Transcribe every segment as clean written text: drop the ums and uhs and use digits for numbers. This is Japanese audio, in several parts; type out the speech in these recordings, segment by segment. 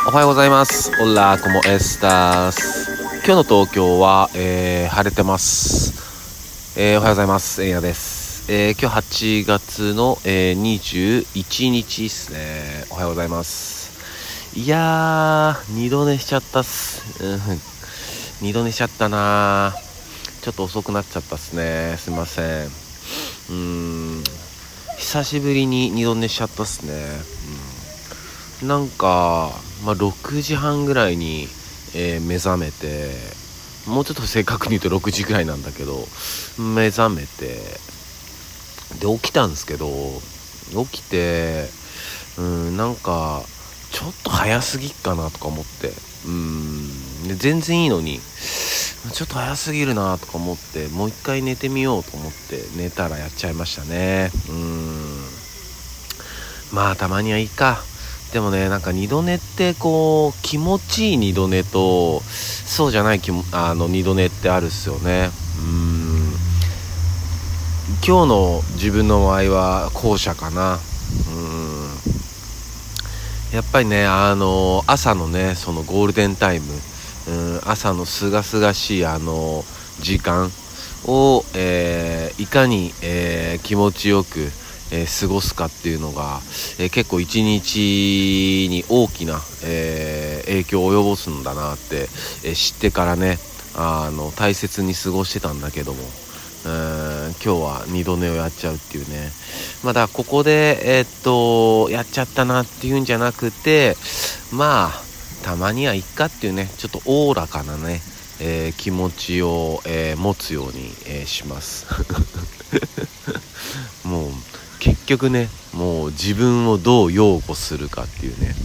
おはようございます。オラコモエスタス。今日の東京は、晴れてます。おはようございます。エイヤです。今日8月の、21日ですね。おはようございます。いやー、二度寝しちゃったっす。二度寝しちゃったな。ちょっと遅くなっちゃったっすね。すいません。久しぶりに二度寝しちゃったっすね。なんか、6時半ぐらいに、目覚めて、もうちょっと正確に言うと6時ぐらいなんだけど、目覚めて、で起きたんですけど、起きて、なんかちょっと早すぎっかなとか思って、で全然いいのにちょっと早すぎるなとか思って、もう一回寝てみようと思って寝たらやっちゃいましたね。まあたまにはいいか。でもね、なんか二度寝ってこう気持ちいい二度寝とそうじゃない二度寝ってあるっすよね。今日の自分の場合は後者かな。やっぱりね、朝のね、そのゴールデンタイム、朝のすがすがしい時間を、いかに、気持ちよく、過ごすかっていうのが、結構一日に大きな、影響を及ぼすんだなって、知ってからね、大切に過ごしてたんだけども、今日は二度寝をやっちゃうっていうね。だからここでやっちゃったなっていうんじゃなくて、たまにはいっかっていうね、ちょっとおおらかなね、気持ちを、持つように、しますもう結局ね、もう自分をどう擁護するかっていうね、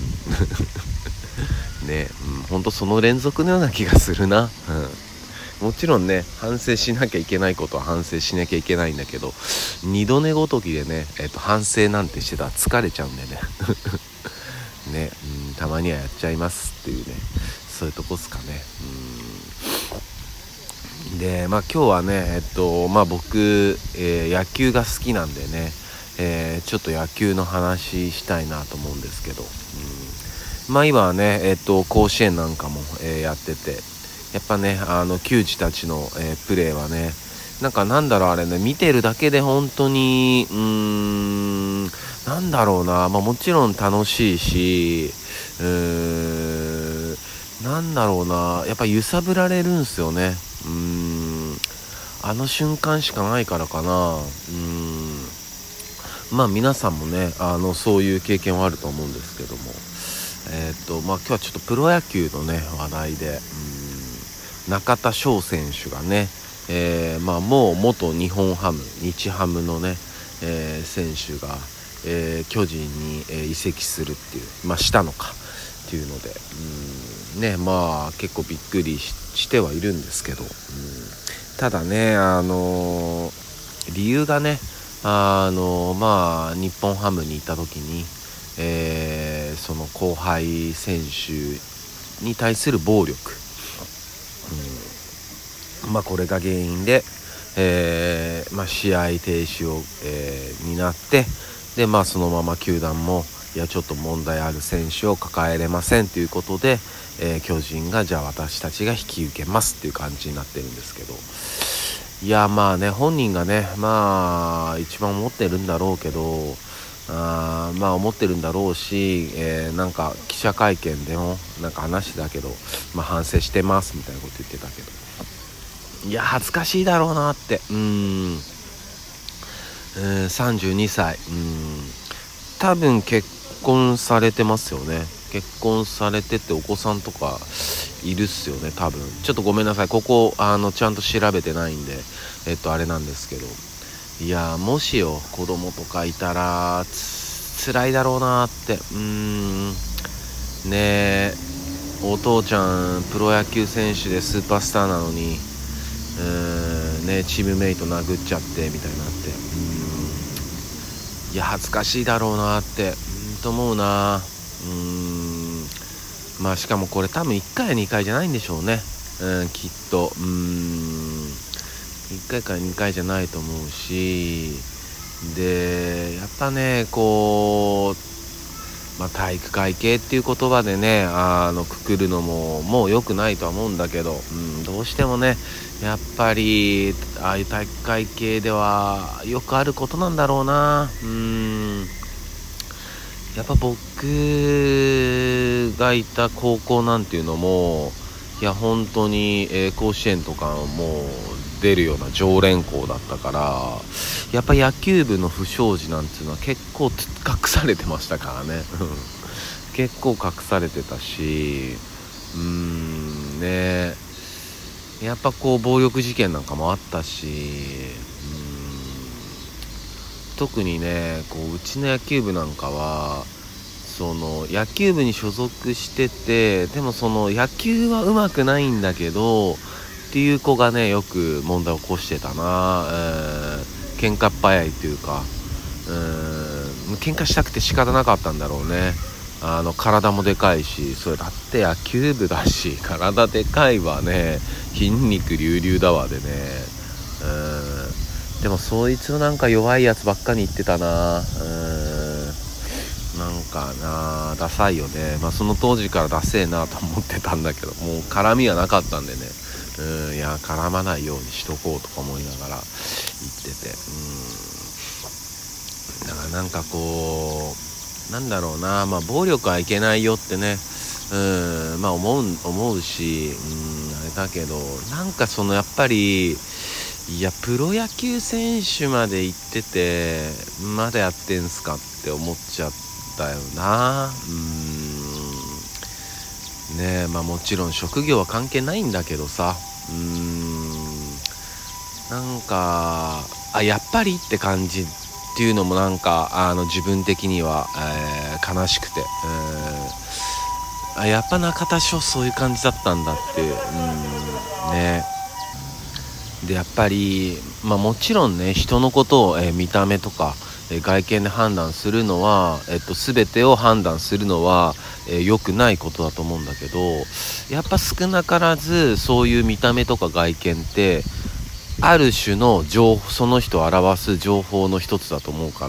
ね、ほんとその連続のような気がするな。もちろんね、反省しなきゃいけないことは反省しなきゃいけないんだけど、二度寝ごときでね、反省なんてしてたら疲れちゃうんでねね、たまにはやっちゃいますっていうね、そういうとこっすかね。で、今日はね、僕、野球が好きなんでね、ちょっと野球の話したいなと思うんですけど、今はね、甲子園なんかも、やってて、やっぱね、球児たちの、プレーはね、なんだろうあれね、見てるだけで本当になんだろうな、もちろん楽しいし、なんだろうな、やっぱ揺さぶられるんすよね。あの瞬間しかないからかな。皆さんもね、そういう経験はあると思うんですけども、今日はちょっとプロ野球のね話題で、中田翔選手がね、もう元日ハムのね、選手が、巨人に、移籍するっていう、したのかっていうので、結構びっくりしてはいるんですけど、ただね、理由がね、日本ハムに行った時に、その後輩選手に対する暴力、これが原因で、試合停止を、になって、でそのまま球団もいやちょっと問題ある選手を抱えれませんということで、巨人がじゃあ私たちが引き受けますっていう感じになってるんですけど、いや本人がね一番思ってるんだろうけど、思ってるんだろうし、記者会見でも話だけど、反省してますみたいなこと言ってたけど、いや恥ずかしいだろうなって。32歳、多分結婚されてますよね。結婚されててお子さんとかいるっすよね、多分。ちょっとごめんなさい、ここちゃんと調べてないんであれなんですけど、いやもしよ子供とかいたら辛いだろうなって。ねえ、お父ちゃんプロ野球選手でスーパースターなのにチームメイト殴っちゃってみたいになって、いや恥ずかしいだろうなってと思うな。しかもこれ多分1回や2回じゃないんでしょうね。きっと1回か2回じゃないと思うし、でやっぱねこう体育会系っていう言葉でねくくるのももう良くないとは思うんだけど、どうしてもねやっぱりああいう体育会系ではよくあることなんだろうな。やっぱ僕がいた高校なんていうのもいや本当に、甲子園とかも出るような常連校だったから、やっぱ野球部の不祥事なんていうのは結構隠されてましたからね結構隠されてたし、ね、やっぱこう暴力事件なんかもあったし、特にねこうちの野球部なんかはその野球部に所属してて、でもその野球は上手くないんだけどっていう子がねよく問題を起こしてたな。喧嘩っ早いっていうか、喧嘩したくて仕方なかったんだろうね。体もでかいし、それだって野球部だし体でかいわね、筋肉隆々だわでね。でもそいつのなんか弱いやつばっかり言ってたな。なんかなダサいよね。その当時からダセえなと思ってたんだけど、もう絡みはなかったんでね、いや絡まないようにしとこうとか思いながら言ってて、だからなんかこうなんだろうな、暴力はいけないよってね、思うし、あれだけどなんかそのやっぱりいやプロ野球選手まで行っててまだやってんすかって思っちゃったよな。ねえ、もちろん職業は関係ないんだけどさ、なんかやっぱりって感じっていうのもなんか自分的には、悲しくて、やっぱ中田翔そういう感じだったんだっていう、ね。でやっぱり、もちろんね人のことを、見た目とか、外見で判断するのは、全てを判断するのは、良くないことだと思うんだけど、やっぱ少なからずそういう見た目とか外見ってある種のその人を表す情報の一つだと思うから、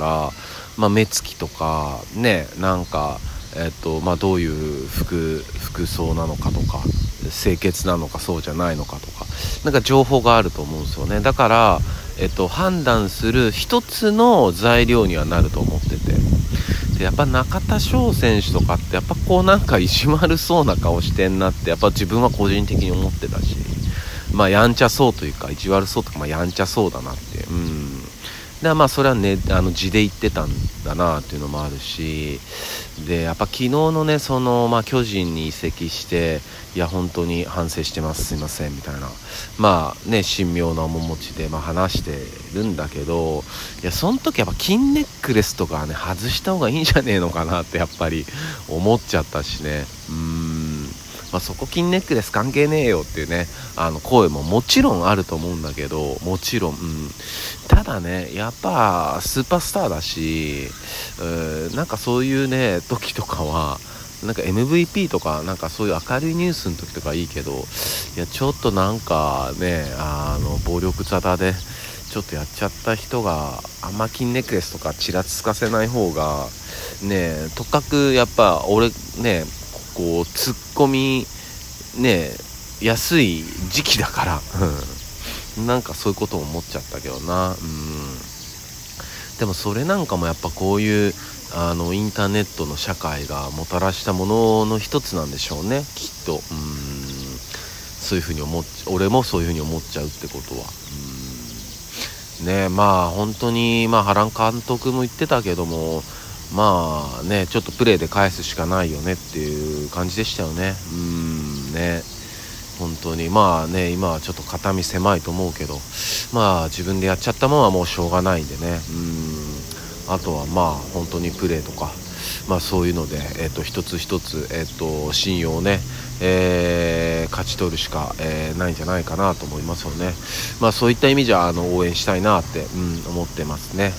目つきとかね、なんかどういう服装なのかとか清潔なのかそうじゃないのかとかなんか情報があると思うんですよね。だから、判断する一つの材料にはなると思ってて、でやっぱ中田翔選手とかってやっぱこうなんか意地悪そうな顔してんなってやっぱ自分は個人的に思ってたし、やんちゃそうというか意地悪そうとか、やんちゃそうだなって、でそれはね字で言ってたんだなっていうのもあるし、でやっぱ昨日のねその、巨人に移籍していや本当に反省してますすいませんみたいな神妙な面持ちで話してるんだけど、いやその時やっぱ金ネックレスとかはね外した方がいいんじゃねえのかなってやっぱり思っちゃったしね。そこ金ネックレス関係ねえよっていうね声ももちろんあると思うんだけど、もちろん、ただねやっぱスーパースターだし、なんかそういうね時とかはなんか MVP とかなんかそういう明るいニュースの時とかいいけど、いやちょっとなんかね暴力沙汰でちょっとやっちゃった人があんま金ネックレスとかちらつかせない方がね、とかくやっぱ俺ねこう突っ込みね安い時期だからなんかそういうことを思っちゃったけどな。でもそれなんかもやっぱこういうインターネットの社会がもたらしたものの一つなんでしょうねきっと。そういう風に俺もそういう風に思っちゃうってことはね。本当に原監督も言ってたけどもちょっとプレーで返すしかないよねっていう感じでしたよね。ね本当に今はちょっと肩身狭いと思うけど自分でやっちゃったものはもうしょうがないんでね。あとは本当にプレーとかそういうので一つ一つ信用をね勝ち取るしかないんじゃないかなと思いますよね。そういった意味じゃ応援したいなって思ってますね。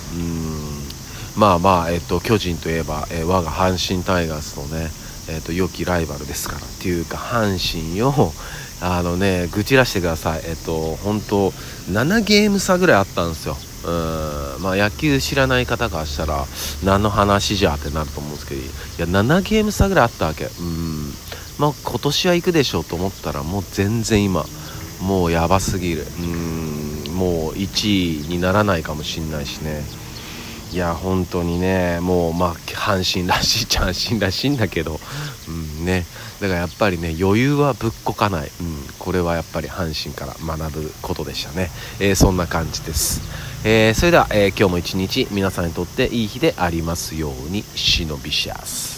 巨人といえば、我が阪神タイガースのね、良きライバルですからっていうか阪神を愚痴らしてください。本当7ゲーム差ぐらいあったんですよ。 野球知らない方からしたら何の話じゃってなると思うんですけど、いや7ゲーム差ぐらいあったわけ。今年は行くでしょうと思ったら、もう全然今もうやばすぎる。もう1位にならないかもしんないしね。いや本当にね、もう阪神らしいっちゃ阪神らしいんだけど、ね、だからやっぱりね、余裕はぶっこかない、これはやっぱり阪神から学ぶことでしたね。そんな感じです。それでは、今日も一日皆さんにとっていい日でありますように。シノビシャス。